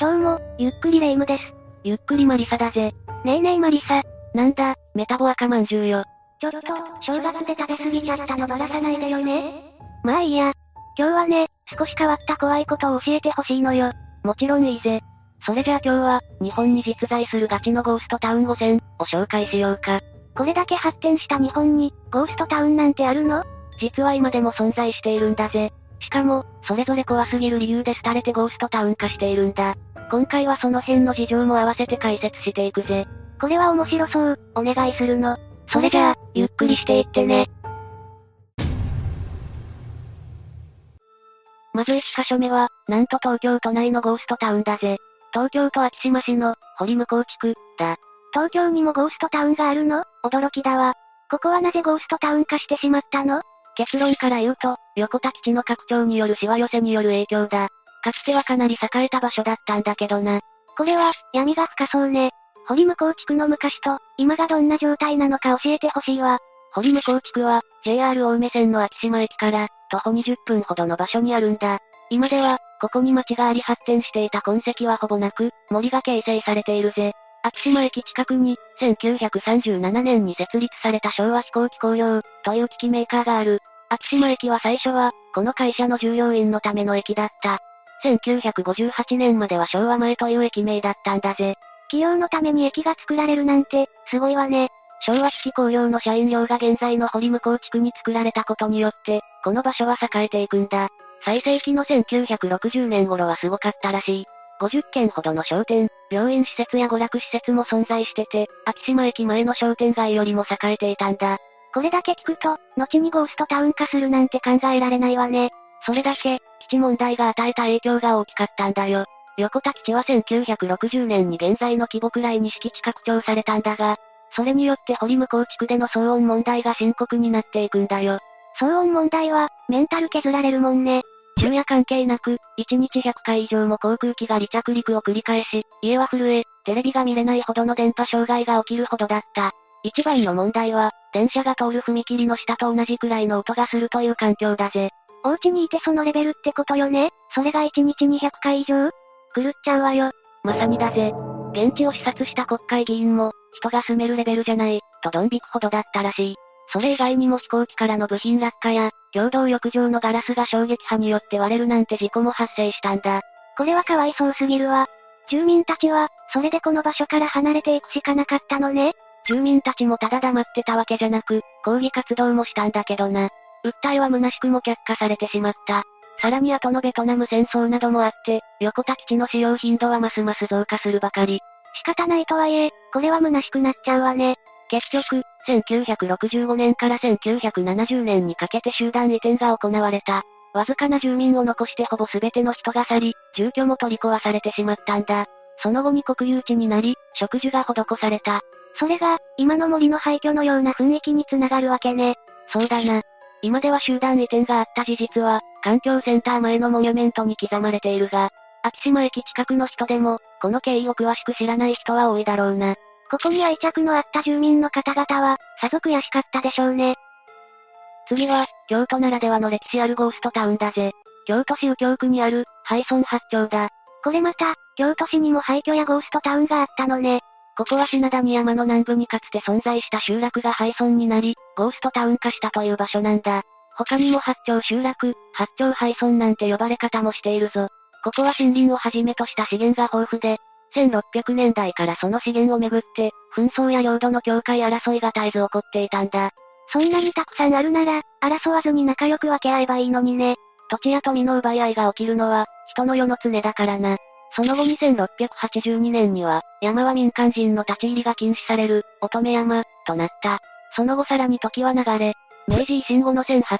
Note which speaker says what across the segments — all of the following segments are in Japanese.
Speaker 1: どうも、ゆっくりレ夢ムです。
Speaker 2: ゆっくりマリサだぜ。
Speaker 1: ねえねえマリサ。
Speaker 2: なんだ、メタボ赤まんじゅうよ。
Speaker 1: ちょっと、正月で食べ過ぎちゃったのバラさないでよね。まあいいや。今日はね、少し変わった怖いことを教えてほしいのよ。
Speaker 2: もちろんいいぜ。それじゃあ今日は、日本に実在するガチのゴーストタウン5000を紹介しようか。
Speaker 1: これだけ発展した日本に、ゴーストタウンなんてあるの？
Speaker 2: 実は今でも存在しているんだぜ。しかも、それぞれ怖すぎる理由で廃れてゴーストタウン化しているんだ。今回はその辺の事情も合わせて解説していくぜ。
Speaker 1: これは面白そう、お願いするの。
Speaker 2: それじゃあ、ゆっくりしていってね。まず1カ所目は、なんと東京都内のゴーストタウンだぜ。東京都昭島市の、堀向地区、だ。
Speaker 1: 東京にもゴーストタウンがあるの？驚きだわ。ここはなぜゴーストタウン化してしまったの？
Speaker 2: 結論から言うと、横田基地の拡張によるしわ寄せによる影響だ。かつてはかなり栄えた場所だったんだけどな。
Speaker 1: これは、闇が深そうね。堀向地区の昔と、今がどんな状態なのか教えてほしいわ。
Speaker 2: 堀向地区は、JR 青梅線の昭島駅から、徒歩20分ほどの場所にあるんだ。今では、ここに町があり発展していた痕跡はほぼなく、森が形成されているぜ。昭島駅近くに、1937年に設立された昭和飛行機工業、という機器メーカーがある。昭島駅は最初は、この会社の従業員のための駅だった。1958年までは昭和前という駅名だったんだぜ。
Speaker 1: 企業のために駅が作られるなんて、すごいわね。
Speaker 2: 昭和機器工業の社員寮が現在の堀向地区に作られたことによって、この場所は栄えていくんだ。最盛期の1960年頃はすごかったらしい。50軒ほどの商店、病院施設や娯楽施設も存在してて、昭島駅前の商店街よりも栄えていたんだ。
Speaker 1: これだけ聞くと、後にゴーストタウン化するなんて考えられないわね。
Speaker 2: それだけ、基地問題が与えた影響が大きかったんだよ。横田基地は1960年に現在の規模くらいに敷地拡張されたんだが、それによって堀向地区での騒音問題が深刻になっていくんだよ。
Speaker 1: 騒音問題は、メンタル削られるもんね。
Speaker 2: 昼夜関係なく、1日100回以上も航空機が離着陸を繰り返し、家は震え、テレビが見れないほどの電波障害が起きるほどだった。一番の問題は、電車が通る踏切の下と同じくらいの音がするという環境だぜ。
Speaker 1: お家にいてそのレベルってことよね。それが1日200回以上？狂っちゃうわよ。
Speaker 2: まさにだぜ。現地を視察した国会議員も、人が住めるレベルじゃない、とドン引くほどだったらしい。それ以外にも飛行機からの部品落下や、共同浴場のガラスが衝撃波によって割れるなんて事故も発生したんだ。
Speaker 1: これはかわいそうすぎるわ。住民たちは、それでこの場所から離れていくしかなかったのね。
Speaker 2: 住民たちもただ黙ってたわけじゃなく、抗議活動もしたんだけどな。訴えは虚しくも却下されてしまった。さらに後のベトナム戦争などもあって、横田基地の使用頻度はますます増加するばかり。
Speaker 1: 仕方ないとはいえ、これは虚しくなっちゃうわね。
Speaker 2: 結局、1965年から1970年にかけて集団移転が行われた。わずかな住民を残してほぼ全ての人が去り、住居も取り壊されてしまったんだ。その後に国有地になり、植樹が施された。
Speaker 1: それが、今の森の廃墟のような雰囲気につながるわけね。
Speaker 2: そうだな。今では集団移転があった事実は、環境センター前のモニュメントに刻まれているが、昭島駅近くの人でも、この経緯を詳しく知らない人は多いだろうな。
Speaker 1: ここに愛着のあった住民の方々は、さぞ悔しかったでしょうね。
Speaker 2: 次は、京都ならではの歴史あるゴーストタウンだぜ。京都市右京区にある、廃村八丁だ。
Speaker 1: これまた、京都市にも廃墟やゴーストタウンがあったのね。
Speaker 2: ここは品谷山の南部にかつて存在した集落が廃村になり、ゴーストタウン化したという場所なんだ。他にも八丁集落、八丁廃村なんて呼ばれ方もしているぞ。ここは森林をはじめとした資源が豊富で、1600年代からその資源をめぐって、紛争や領土の境界争いが絶えず起こっていたんだ。
Speaker 1: そんなにたくさんあるなら、争わずに仲良く分け合えばいいのにね。
Speaker 2: 土地や富の奪い合いが起きるのは、人の世の常だからな。その後に1682年には、山は民間人の立ち入りが禁止される、乙女山、となった。その後さらに時は流れ、明治維新後の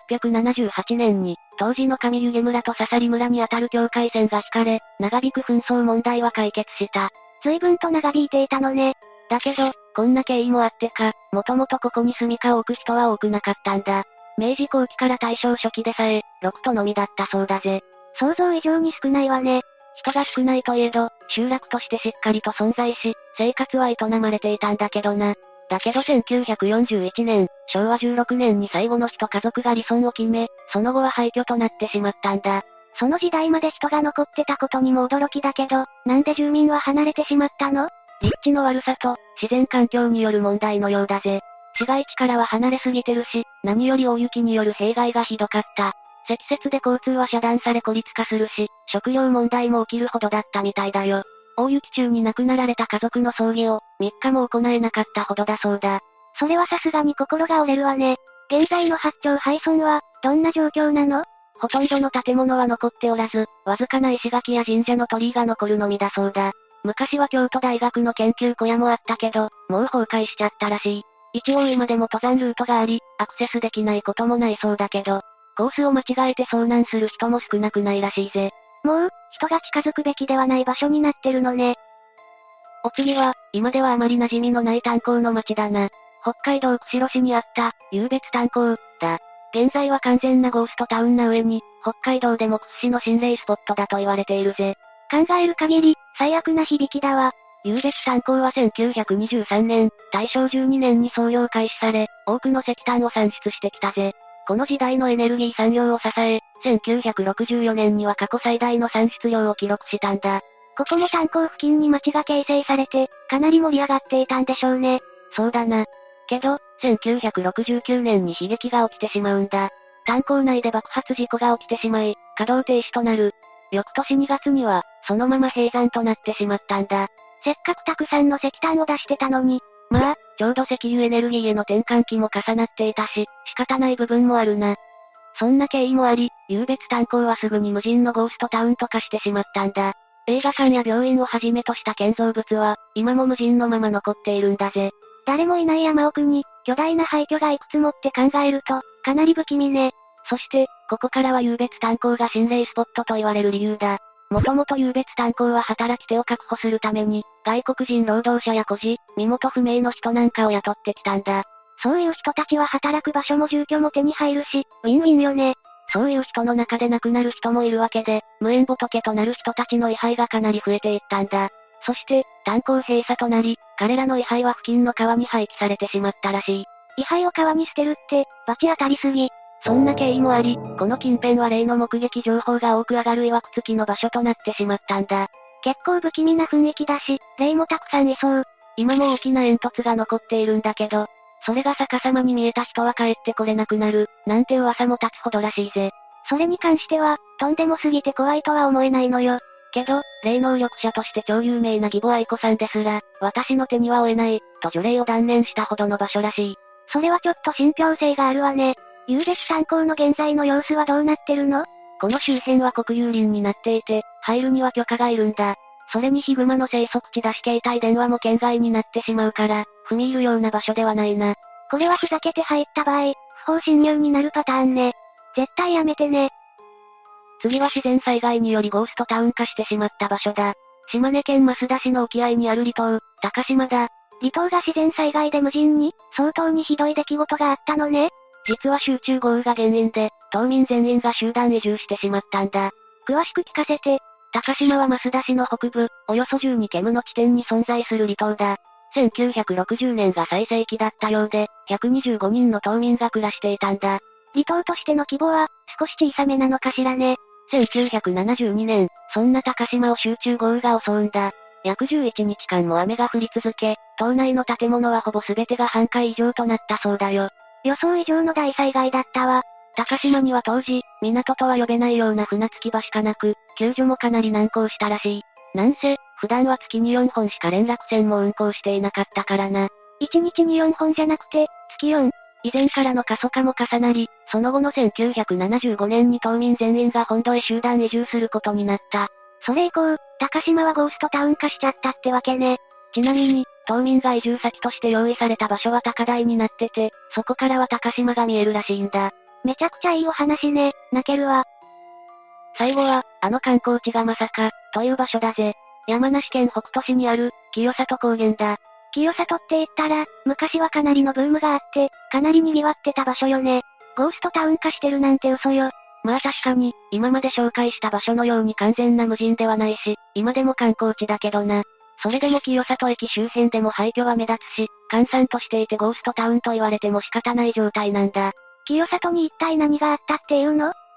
Speaker 2: 1878年に、当時の上湯気村と笹利村にあたる境界線が引かれ、長引く紛争問題は解決した。
Speaker 1: 随分と長引いていたのね。
Speaker 2: だけど、こんな経緯もあってか、もともとここに住処を置く人は多くなかったんだ。明治後期から大正初期でさえ、6棟のみだったそうだぜ。
Speaker 1: 想像以上に少ないわね。
Speaker 2: 人が少ないといえど、集落としてしっかりと存在し、生活は営まれていたんだけどな。だけど1941年、昭和16年に最後の人家族が離村を決め、その後は廃墟となってしまったんだ。
Speaker 1: その時代まで人が残ってたことにも驚きだけど、なんで住民は離れてしまったの？
Speaker 2: 立地の悪さと、自然環境による問題のようだぜ。市街地からは離れすぎてるし、何より大雪による弊害がひどかった。積雪で交通は遮断され孤立化するし、食料問題も起きるほどだったみたいだよ。大雪中に亡くなられた家族の葬儀を、3日も行えなかったほどだそうだ。
Speaker 1: それはさすがに心が折れるわね。現在の八丁廃村は、どんな状況なの？
Speaker 2: ほとんどの建物は残っておらず、わずかな石垣や神社の鳥居が残るのみだそうだ。昔は京都大学の研究小屋もあったけど、もう崩壊しちゃったらしい。一応今でも登山ルートがあり、アクセスできないこともないそうだけど、コースを間違えて遭難する人も少なくないらしいぜ。
Speaker 1: もう、人が近づくべきではない場所になってるのね。
Speaker 2: お次は、今ではあまり馴染みのない炭鉱の町だな。北海道釧路市にあった、湧別炭鉱、だ。現在は完全なゴーストタウンな上に、北海道でも屈指の心霊スポットだと言われているぜ。
Speaker 1: 考える限り、最悪な響きだわ。
Speaker 2: 湧別炭鉱は1923年、大正12年に創業開始され、多くの石炭を産出してきたぜ。この時代のエネルギー産業を支え、1964年には過去最大の産出量を記録したんだ。
Speaker 1: ここも炭鉱付近に町が形成されて、かなり盛り上がっていたんでしょうね。
Speaker 2: そうだな。けど、1969年に悲劇が起きてしまうんだ。炭鉱内で爆発事故が起きてしまい、稼働停止となる。翌年2月には、そのまま閉山となってしまったんだ。
Speaker 1: せっかくたくさんの石炭を出してたのに。
Speaker 2: まあ、ちょうど石油エネルギーへの転換期も重なっていたし、仕方ない部分もあるな。そんな経緯もあり、湧別炭鉱はすぐに無人のゴーストタウンと化してしまったんだ。映画館や病院をはじめとした建造物は、今も無人のまま残っているんだぜ。
Speaker 1: 誰もいない山奥に、巨大な廃墟がいくつもって考えると、かなり不気味ね。
Speaker 2: そして、ここからは湧別炭鉱が心霊スポットと言われる理由だ。もともと湧別炭鉱は働き手を確保するために、外国人労働者や孤児、身元不明の人なんかを雇ってきたんだ。
Speaker 1: そういう人たちは働く場所も住居も手に入るし、ウィンウィンよね。
Speaker 2: そういう人の中で亡くなる人もいるわけで、無縁仏となる人たちの位牌がかなり増えていったんだ。そして、炭鉱閉鎖となり、彼らの位牌は付近の川に廃棄されてしまったらしい。
Speaker 1: 位牌を川に捨てるって、罰当たりすぎ。
Speaker 2: そんな経緯もあり、この近辺は霊の目撃情報が多く上がる曰く付きの場所となってしまったんだ。
Speaker 1: 結構不気味な雰囲気だし、霊もたくさんいそう。
Speaker 2: 今も大きな煙突が残っているんだけど、それが逆さまに見えた人は帰ってこれなくなる、なんて噂も立つほどらしいぜ。
Speaker 1: それに関しては、とんでもすぎて怖いとは思えないのよ。
Speaker 2: けど、霊能力者として超有名な義母愛子さんですら、私の手には負えない、と除霊を断念したほどの場所らしい。
Speaker 1: それはちょっと信憑性があるわね。湧別炭鉱の現在の様子はどうなってるの？
Speaker 2: この周辺は国有林になっていて、入るには許可がいるんだ。それにヒグマの生息地だし携帯電話も圏外になってしまうから、踏み入るような場所ではないな。
Speaker 1: これはふざけて入った場合、不法侵入になるパターンね。絶対やめてね。
Speaker 2: 次は自然災害によりゴーストタウン化してしまった場所だ。島根県益田市の沖合にある離島、高島だ。
Speaker 1: 離島が自然災害で無人に、相当にひどい出来事があったのね。
Speaker 2: 実は集中豪雨が原因で、島民全員が集団移住してしまったんだ。
Speaker 1: 詳しく聞かせて。
Speaker 2: 高島は益田市の北部、およそ12ケムの地点に存在する離島だ。1960年が最盛期だったようで、125人の島民が暮らしていたんだ。
Speaker 1: 離島としての規模は、少し小さめなのかしらね。
Speaker 2: 1972年、そんな高島を集中豪雨が襲うんだ。約11日間も雨が降り続け、島内の建物はほぼ全てが半壊以上となったそうだよ。
Speaker 1: 予想以上の大災害だったわ。
Speaker 2: 高島には当時、港とは呼べないような船着き場しかなく、救助もかなり難航したらしい。なんせ、普段は月に4本しか連絡船も運航していなかったからな。
Speaker 1: 1日に4本じゃなくて、月4。
Speaker 2: 以前からの過疎化も重なり、その後の1975年に島民全員が本土へ集団移住することになった。
Speaker 1: それ以降、高島はゴーストタウン化しちゃったってわけね。
Speaker 2: ちなみに、島民が移住先として用意された場所は高台になってて、そこからは高島が見えるらしいんだ。
Speaker 1: めちゃくちゃいいお話ね、泣けるわ。
Speaker 2: 最後は、あの観光地がまさか、という場所だぜ。山梨県北杜市にある、清里高原だ。
Speaker 1: 清里って言ったら、昔はかなりのブームがあって、かなり賑わってた場所よね。ゴーストタウン化してるなんて嘘よ。
Speaker 2: まあ確かに、今まで紹介した場所のように完全な無人ではないし、今でも観光地だけどな。それでも清里駅周辺でも廃墟は目立つし、閑散としていてゴーストタウンと言われても仕方ない状態なんだ。
Speaker 1: 清里に一体何があったっていうの？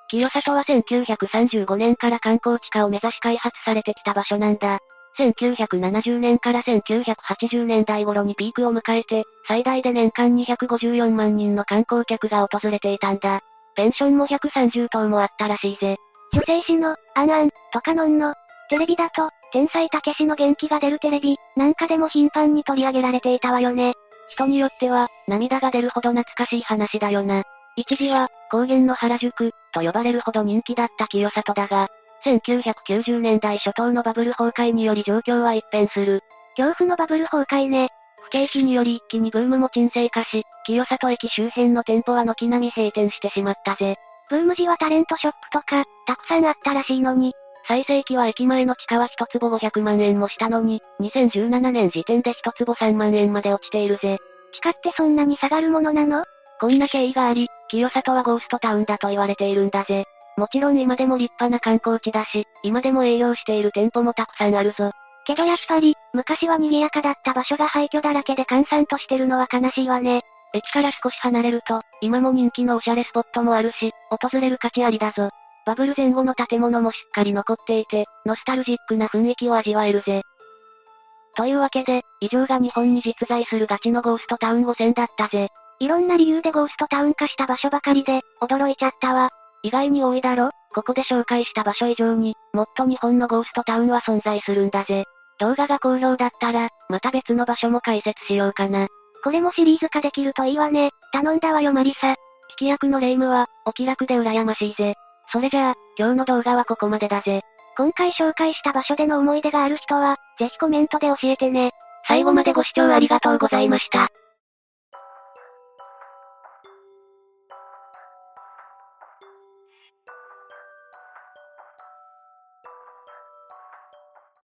Speaker 2: 清里は1935年から観光地化を目指し開発されてきた場所なんだ。1970年から1980年代頃にピークを迎えて、最大で年間254万人の観光客が訪れていたんだ。ペンションも130棟もあったらしいぜ。
Speaker 1: 女性誌の、アンアン、とかのんの、テレビだと、天才たけしの元気が出るテレビ、なんかでも頻繁に取り上げられていたわよね。
Speaker 2: 人によっては、涙が出るほど懐かしい話だよな。一時は、高原の原宿、と呼ばれるほど人気だった清里だが、1990年代初頭のバブル崩壊により状況は一変する。
Speaker 1: 恐怖のバブル崩壊ね。
Speaker 2: 不景気により一気にブームも沈静化し、清里駅周辺の店舗は軒並み閉店してしまったぜ。
Speaker 1: ブーム時はタレントショップとか、たくさんあったらしいのに。
Speaker 2: 最盛期は駅前の地価は一坪500万円もしたのに、2017年時点で一坪3万円まで落ちているぜ。
Speaker 1: 地価ってそんなに下がるものなの？
Speaker 2: こんな経緯があり、清里はゴーストタウンだと言われているんだぜ。もちろん今でも立派な観光地だし、今でも営業している店舗もたくさんあるぞ。
Speaker 1: けどやっぱり、昔は賑やかだった場所が廃墟だらけで閑散としてるのは悲しいわね。
Speaker 2: 駅から少し離れると、今も人気のおしゃれスポットもあるし、訪れる価値ありだぞ。バブル前後の建物もしっかり残っていて、ノスタルジックな雰囲気を味わえるぜ。というわけで、以上が日本に実在するガチのゴーストタウン5選だったぜ。
Speaker 1: いろんな理由でゴーストタウン化した場所ばかりで、驚いちゃったわ。
Speaker 2: 意外に多いだろ？ここで紹介した場所以上に、もっと日本のゴーストタウンは存在するんだぜ。動画が好評だったら、また別の場所も解説しようかな。
Speaker 1: これもシリーズ化できるといいわね。頼んだわよマリサ。
Speaker 2: 聞き役のレイムは、お気楽で羨ましいぜ。それじゃあ、今日の動画はここまでだぜ。
Speaker 1: 今回紹介した場所での思い出がある人は、ぜひコメントで教えてね。
Speaker 2: 最後までご視聴ありがとうございました。